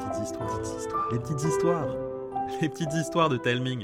petites histoires, les petites histoires, les petites histoires de Telming.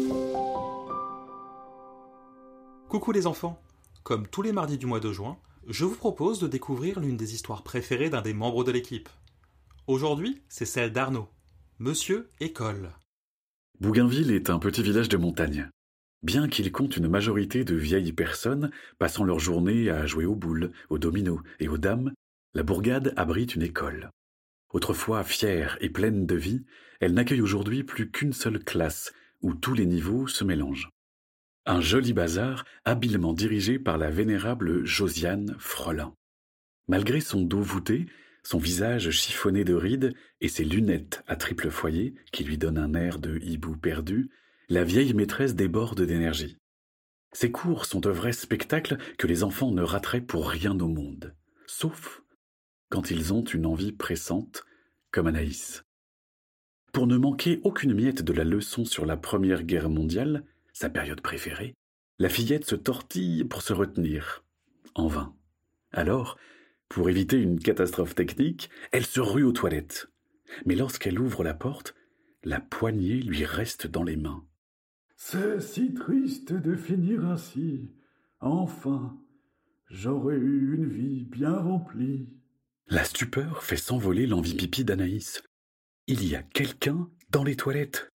Coucou les enfants, comme tous les mardis du mois de juin, je vous propose de découvrir l'une des histoires préférées d'un des membres de l'équipe. Aujourd'hui, c'est celle d'Arnaud, Monsieur École. Bougainville est un petit village de montagne. Bien qu'il compte une majorité de vieilles personnes passant leur journée à jouer aux boules, aux dominos et aux dames, la bourgade abrite une école. Autrefois fière et pleine de vie, elle n'accueille aujourd'hui plus qu'une seule classe, où tous les niveaux se mélangent. Un joli bazar habilement dirigé par la vénérable Josiane Frelin. Malgré son dos voûté, son visage chiffonné de rides et ses lunettes à triple foyer, qui lui donnent un air de hibou perdu, la vieille maîtresse déborde d'énergie. Ses cours sont de vrais spectacles que les enfants ne rateraient pour rien au monde, sauf quand ils ont une envie pressante, comme Anaïs. Pour ne manquer aucune miette de la leçon sur la Première Guerre mondiale, sa période préférée, la fillette se tortille pour se retenir. En vain. Alors, pour éviter une catastrophe technique, elle se rue aux toilettes. Mais lorsqu'elle ouvre la porte, la poignée lui reste dans les mains. « C'est si triste de finir ainsi. Enfin, j'aurais eu une vie bien remplie. » La stupeur fait s'envoler l'envie pipi d'Anaïs. Il y a quelqu'un dans les toilettes.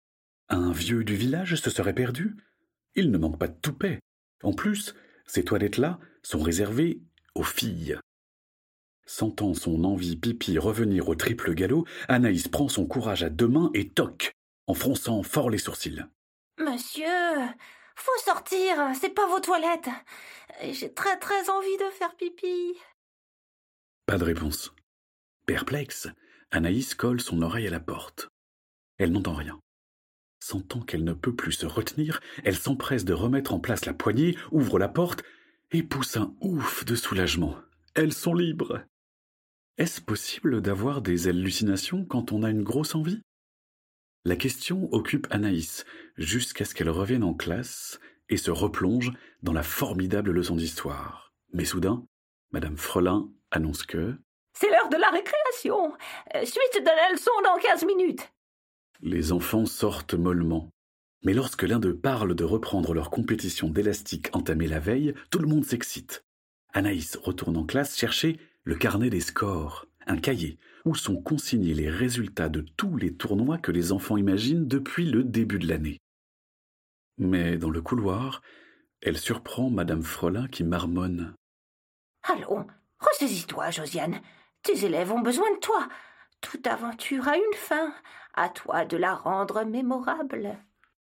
Un vieux du village se serait perdu. Il ne manque pas de toupet. En plus, ces toilettes-là sont réservées aux filles. Sentant son envie pipi revenir au triple galop, Anaïs prend son courage à deux mains et toque, en fronçant fort les sourcils. « Monsieur, faut sortir, c'est pas vos toilettes. J'ai très envie de faire pipi. » Pas de réponse. Perplexe, Anaïs colle son oreille à la porte. Elle n'entend rien. Sentant qu'elle ne peut plus se retenir, elle s'empresse de remettre en place la poignée, ouvre la porte et pousse un ouf de soulagement. Elles sont libres. Est-ce possible d'avoir des hallucinations quand on a une grosse envie ? La question occupe Anaïs jusqu'à ce qu'elle revienne en classe et se replonge dans la formidable leçon d'histoire. Mais soudain, Madame Frelin annonce que... « C'est l'heure de la récréation. Suite de la leçon dans 15 minutes. » Les enfants sortent mollement. Mais lorsque l'un d'eux parle de reprendre leur compétition d'élastique entamée la veille, tout le monde s'excite. Anaïs retourne en classe chercher le carnet des scores, un cahier où sont consignés les résultats de tous les tournois que les enfants imaginent depuis le début de l'année. Mais dans le couloir, elle surprend Madame Frelin qui marmonne. « Allons, ressaisis-toi, Josiane. Tes élèves ont besoin de toi. Toute aventure a une fin. À toi de la rendre mémorable. »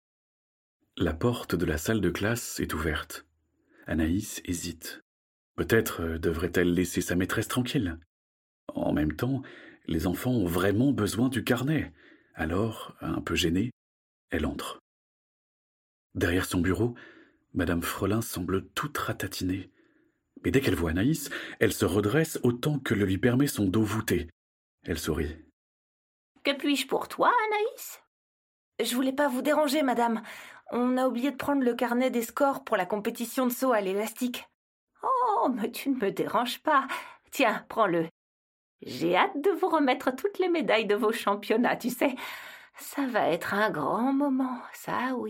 La porte de la salle de classe est ouverte. Anaïs hésite. Peut-être devrait-elle laisser sa maîtresse tranquille. En même temps, les enfants ont vraiment besoin du carnet. Alors, un peu gênée, elle entre. Derrière son bureau, Madame Frelin semble toute ratatinée. Mais dès qu'elle voit Anaïs, elle se redresse autant que le lui permet son dos voûté. Elle sourit. « Que puis-je pour toi, Anaïs ?»« Je voulais pas vous déranger, madame. On a oublié de prendre le carnet des scores pour la compétition de saut à l'élastique. »« Oh, mais tu ne me déranges pas. Tiens, prends-le. J'ai hâte de vous remettre toutes les médailles de vos championnats, tu sais. Ça va être un grand moment, ça oui. »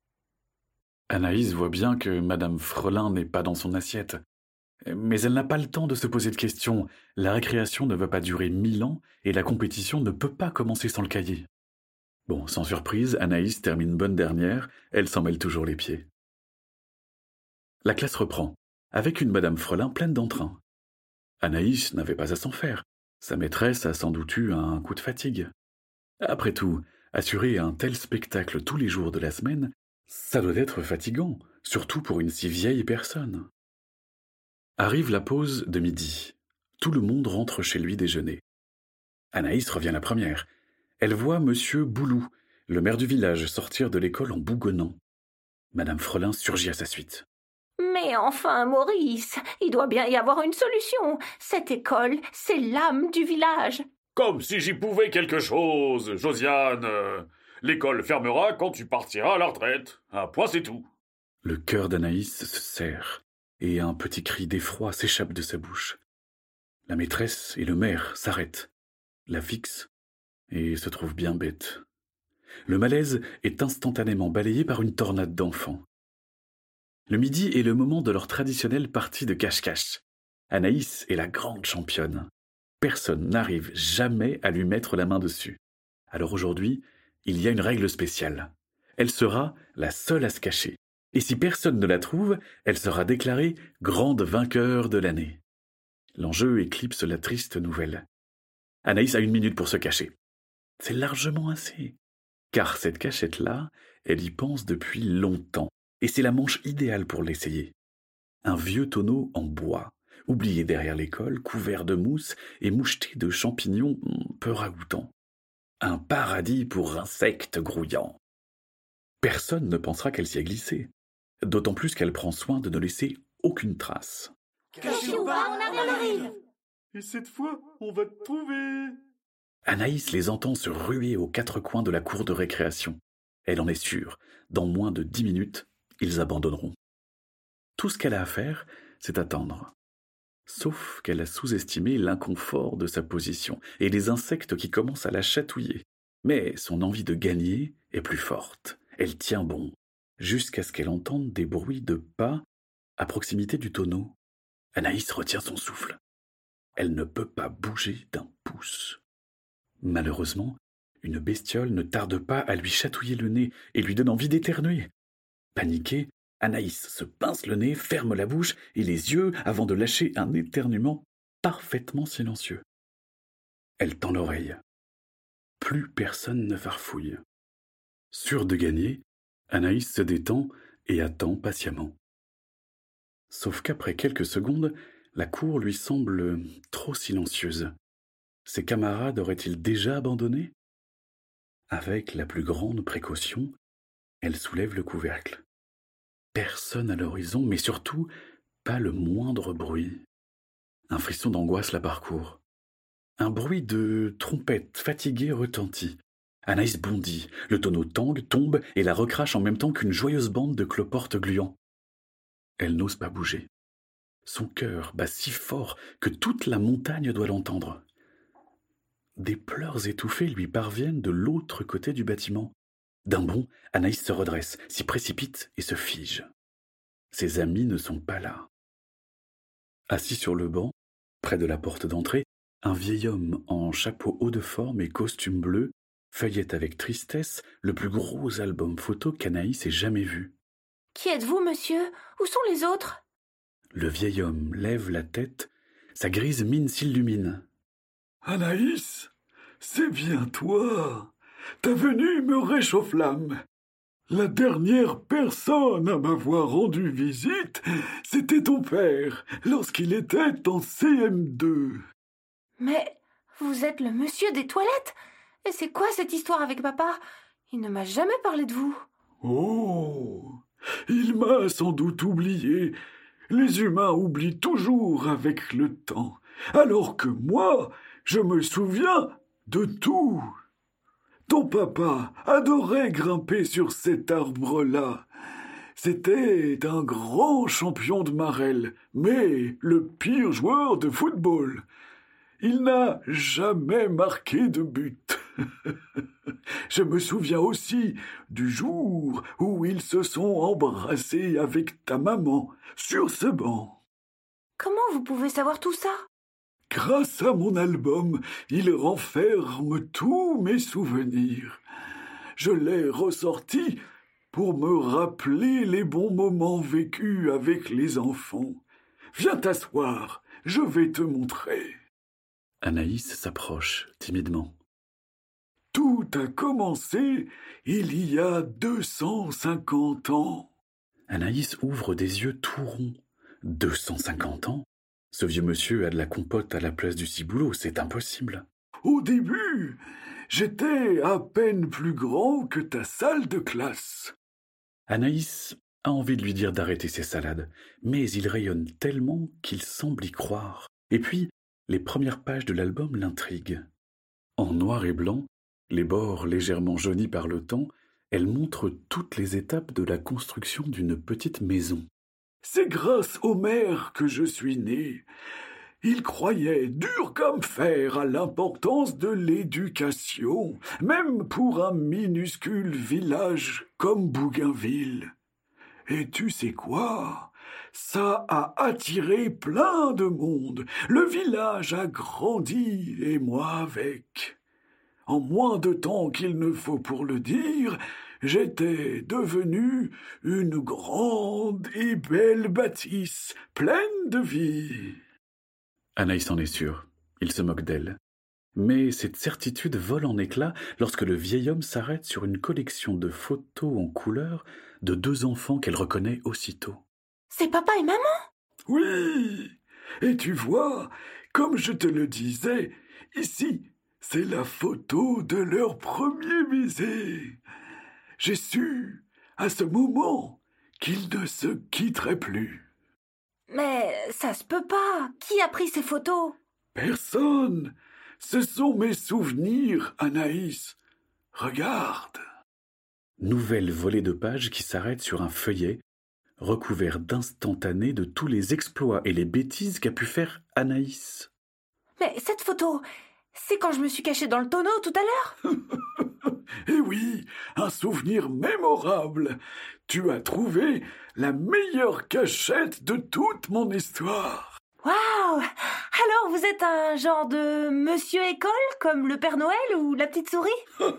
Anaïs voit bien que Madame Frelin n'est pas dans son assiette. Mais elle n'a pas le temps de se poser de questions. La récréation ne va pas durer 1000 ans et la compétition ne peut pas commencer sans le cahier. Bon, sans surprise, Anaïs termine bonne dernière, elle s'en mêle toujours les pieds. La classe reprend, avec une Madame Frelin pleine d'entrain. Anaïs n'avait pas à s'en faire. Sa maîtresse a sans doute eu un coup de fatigue. Après tout, assurer un tel spectacle tous les jours de la semaine, ça doit être fatigant, surtout pour une si vieille personne. Arrive la pause de midi. Tout le monde rentre chez lui déjeuner. Anaïs revient la première. Elle voit Monsieur Boulou, le maire du village, sortir de l'école en bougonnant. Madame Frelin surgit à sa suite. « Mais enfin, Maurice, il doit bien y avoir une solution. Cette école, c'est l'âme du village. » « Comme si j'y pouvais quelque chose, Josiane. L'école fermera quand tu partiras à la retraite. Un point, c'est tout. » Le cœur d'Anaïs se serre, et un petit cri d'effroi s'échappe de sa bouche. La maîtresse et le maire s'arrêtent, la fixent et se trouve bien bête. Le malaise est instantanément balayé par une tornade d'enfants. Le midi est le moment de leur traditionnelle partie de cache-cache. Anaïs est la grande championne. Personne n'arrive jamais à lui mettre la main dessus. Alors aujourd'hui, il y a une règle spéciale. Elle sera la seule à se cacher. Et si personne ne la trouve, elle sera déclarée grande vainqueur de l'année. L'enjeu éclipse la triste nouvelle. Anaïs a 1 minute pour se cacher. C'est largement assez. Car cette cachette-là, elle y pense depuis longtemps. Et c'est la manche idéale pour l'essayer. Un vieux tonneau en bois, oublié derrière l'école, couvert de mousse et moucheté de champignons peu ragoûtants. Un paradis pour insectes grouillants. Personne ne pensera qu'elle s'y est glissée. D'autant plus qu'elle prend soin de ne laisser aucune trace. Cachez-vous, on arrive. Et cette fois, on va te trouver. Anaïs les entend se ruer aux 4 coins de la cour de récréation. Elle en est sûre, dans moins de 10 minutes, ils abandonneront. Tout ce qu'elle a à faire, c'est attendre. Sauf qu'elle a sous-estimé l'inconfort de sa position et les insectes qui commencent à la chatouiller. Mais son envie de gagner est plus forte. Elle tient bon, jusqu'à ce qu'elle entende des bruits de pas à proximité du tonneau. Anaïs retient son souffle. Elle ne peut pas bouger d'un pouce. Malheureusement, une bestiole ne tarde pas à lui chatouiller le nez et lui donne envie d'éternuer. Paniquée, Anaïs se pince le nez, ferme la bouche et les yeux avant de lâcher un éternuement parfaitement silencieux. Elle tend l'oreille. Plus personne ne farfouille. Sûre de gagner, Anaïs se détend et attend patiemment. Sauf qu'après quelques secondes, la cour lui semble trop silencieuse. Ses camarades auraient-ils déjà abandonné ? Avec la plus grande précaution, elle soulève le couvercle. Personne à l'horizon, mais surtout pas le moindre bruit. Un frisson d'angoisse la parcourt. Un bruit de trompette fatiguée retentit. Anaïs bondit, le tonneau tangue, tombe et la recrache en même temps qu'une joyeuse bande de cloportes gluants. Elle n'ose pas bouger. Son cœur bat si fort que toute la montagne doit l'entendre. Des pleurs étouffés lui parviennent de l'autre côté du bâtiment. D'un bond, Anaïs se redresse, s'y précipite et se fige. Ses amis ne sont pas là. Assis sur le banc, près de la porte d'entrée, un vieil homme en chapeau haut de forme et costume bleu feuillette avec tristesse le plus gros album photo qu'Anaïs ait jamais vu. « Qui êtes-vous, monsieur ? Où sont les autres ?» Le vieil homme lève la tête, sa grise mine s'illumine. « Anaïs, c'est bien toi. Ta venue me réchauffe l'âme. La dernière personne à m'avoir rendu visite, c'était ton père, lorsqu'il était en CM2. » « Mais vous êtes le monsieur des toilettes ? Et c'est quoi cette histoire avec papa ? Il ne m'a jamais parlé de vous. » « Oh, il m'a sans doute oublié. Les humains oublient toujours avec le temps, alors que moi, je me souviens de tout. Ton papa adorait grimper sur cet arbre-là. C'était un grand champion de marelle, mais le pire joueur de football. Il n'a jamais marqué de but. Je me souviens aussi du jour où ils se sont embrassés avec ta maman sur ce banc. Comment vous pouvez savoir tout ça ? Grâce à mon album, il renferme tous mes souvenirs. Je l'ai ressorti pour me rappeler les bons moments vécus avec les enfants. Viens t'asseoir, je vais te montrer. Anaïs s'approche timidement. Tout a commencé il y a 250 ans. Anaïs ouvre des yeux tout ronds. 250 ans ? Ce vieux monsieur a de la compote à la place du ciboulot, c'est impossible. Au début, j'étais à peine plus grand que ta salle de classe. Anaïs a envie de lui dire d'arrêter ses salades, mais il rayonne tellement qu'il semble y croire. Et puis, les premières pages de l'album l'intriguent. En noir et blanc, les bords légèrement jaunis par le temps, elle montre toutes les étapes de la construction d'une petite maison. C'est grâce au maire que je suis né. Il croyait dur comme fer à l'importance de l'éducation, même pour un minuscule village comme Bougainville. Et tu sais quoi? Ça a attiré plein de monde. Le village a grandi, et moi avec. En moins de temps qu'il ne faut pour le dire, j'étais devenu une grande et belle bâtisse, pleine de vie. Anaïs en est sûre. Il se moque d'elle. Mais cette certitude vole en éclats lorsque le vieil homme s'arrête sur une collection de photos en couleur de 2 enfants qu'elle reconnaît aussitôt. C'est papa et maman? Oui, et tu vois, comme je te le disais, ici, c'est la photo de leur premier baiser. J'ai su, à ce moment, qu'ils ne se quitteraient plus. Mais ça se peut pas. Qui a pris ces photos? Personne. Ce sont mes souvenirs, Anaïs. Regarde. Nouvelle volée de pages qui s'arrête sur un feuillet recouvert d'instantanés de tous les exploits et les bêtises qu'a pu faire Anaïs. Mais cette photo, c'est quand je me suis cachée dans le tonneau tout à l'heure? Eh oui, un souvenir mémorable. Tu as trouvé la meilleure cachette de toute mon histoire. Waouh! Alors vous êtes un genre de monsieur école, comme le Père Noël ou la petite souris?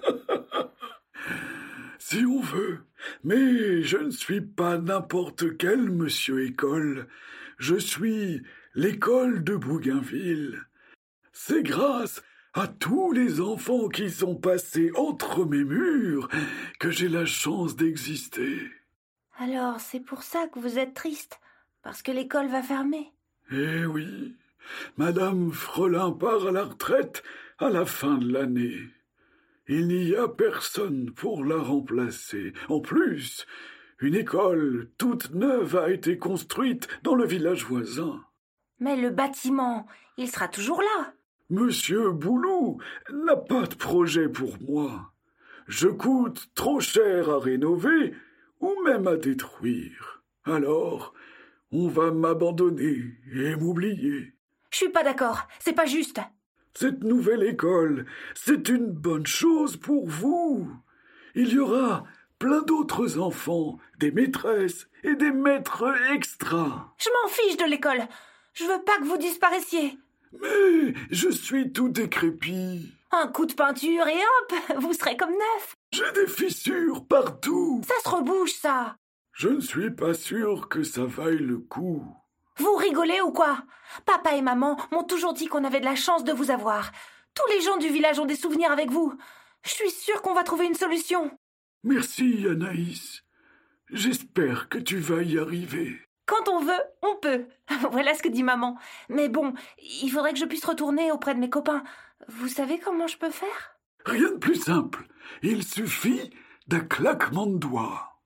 Si on veut. Mais je ne suis pas n'importe quel monsieur école. Je suis l'école de Bougainville. C'est grâce à tous les enfants qui sont passés entre mes murs que j'ai la chance d'exister. Alors c'est pour ça que vous êtes triste, parce que l'école va fermer. Eh oui, Madame Frelin part à la retraite à la fin de l'année. Il n'y a personne pour la remplacer. En plus, une école toute neuve a été construite dans le village voisin. Mais le bâtiment, il sera toujours là. Monsieur Boulou n'a pas de projet pour moi. Je coûte trop cher à rénover ou même à détruire. Alors, on va m'abandonner et m'oublier. Je suis pas d'accord, c'est pas juste. Cette nouvelle école, c'est une bonne chose pour vous. Il y aura plein d'autres enfants, des maîtresses et des maîtres extras. Je m'en fiche de l'école. Je veux pas que vous disparaissiez. Mais je suis tout décrépit. Un coup de peinture et hop, vous serez comme neuf. J'ai des fissures partout. Ça se rebouche, ça. Je ne suis pas sûr que ça vaille le coup. Vous rigolez ou quoi? Papa et maman m'ont toujours dit qu'on avait de la chance de vous avoir. Tous les gens du village ont des souvenirs avec vous. Je suis sûre qu'on va trouver une solution. Merci, Anaïs. J'espère que tu vas y arriver. Quand on veut, on peut. Voilà ce que dit maman. Mais bon, il faudrait que je puisse retourner auprès de mes copains. Vous savez comment je peux faire? Rien de plus simple. Il suffit d'un claquement de doigts.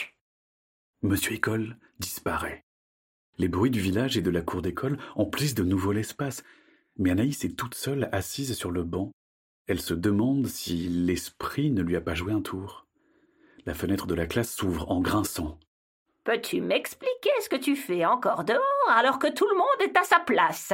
Monsieur École disparaît. Les bruits du village et de la cour d'école emplissent de nouveau l'espace, mais Anaïs est toute seule assise sur le banc. Elle se demande si l'esprit ne lui a pas joué un tour. La fenêtre de la classe s'ouvre en grinçant. Peux-tu m'expliquer ce que tu fais encore dehors alors que tout le monde est à sa place?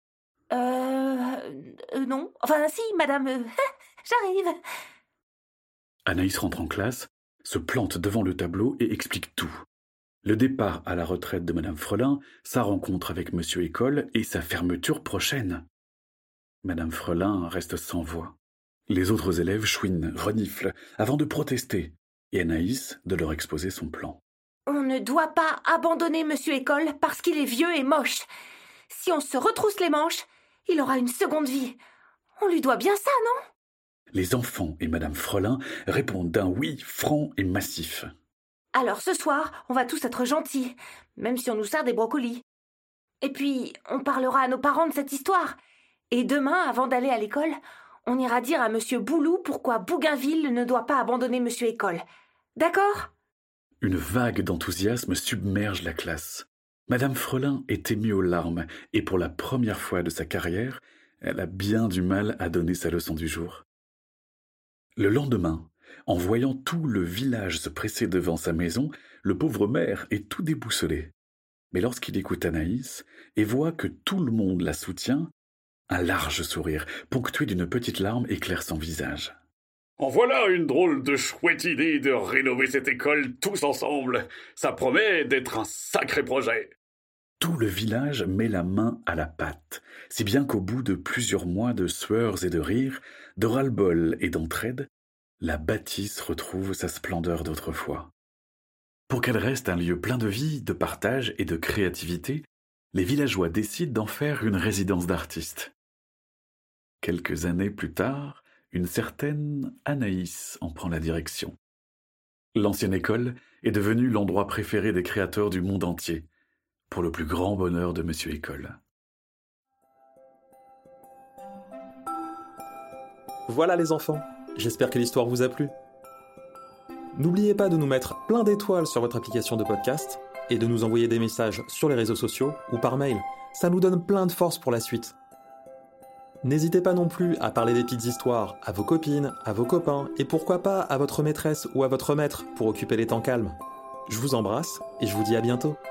Non. Enfin, si, madame, j'arrive. Anaïs rentre en classe, se plante devant le tableau et explique tout. Le départ à la retraite de Madame Frelin, sa rencontre avec Monsieur École et sa fermeture prochaine. Madame Frelin reste sans voix. Les autres élèves chouinent, reniflent, avant de protester, et Anaïs de leur exposer son plan. On ne doit pas abandonner Monsieur École parce qu'il est vieux et moche. Si on se retrousse les manches, il aura une seconde vie. On lui doit bien ça, non? Les enfants et Madame Frelin répondent d'un oui franc et massif. Alors ce soir, on va tous être gentils, même si on nous sert des brocolis. Et puis, on parlera à nos parents de cette histoire. Et demain, avant d'aller à l'école, on ira dire à Monsieur Boulou pourquoi Bougainville ne doit pas abandonner Monsieur École. D'accord? Une vague d'enthousiasme submerge la classe. Madame Frelin est émue aux larmes, et pour la première fois de sa carrière, elle a bien du mal à donner sa leçon du jour. Le lendemain, en voyant tout le village se presser devant sa maison, le pauvre maire est tout déboussolé. Mais lorsqu'il écoute Anaïs et voit que tout le monde la soutient, un large sourire, ponctué d'une petite larme, éclaire son visage. En voilà une drôle de chouette idée de rénover cette école tous ensemble. Ça promet d'être un sacré projet. Tout le village met la main à la pâte, si bien qu'au bout de plusieurs mois de sueurs et de rires, de ras-le-bol et d'entraide, la bâtisse retrouve sa splendeur d'autrefois. Pour qu'elle reste un lieu plein de vie, de partage et de créativité, les villageois décident d'en faire une résidence d'artistes. Quelques années plus tard, une certaine Anaïs en prend la direction. L'ancienne école est devenue l'endroit préféré des créateurs du monde entier, pour le plus grand bonheur de Monsieur École. Voilà les enfants, j'espère que l'histoire vous a plu. N'oubliez pas de nous mettre plein d'étoiles sur votre application de podcast et de nous envoyer des messages sur les réseaux sociaux ou par mail. Ça nous donne plein de force pour la suite. N'hésitez pas non plus à parler des petites histoires à vos copines, à vos copains et pourquoi pas à votre maîtresse ou à votre maître pour occuper les temps calmes. Je vous embrasse et je vous dis à bientôt.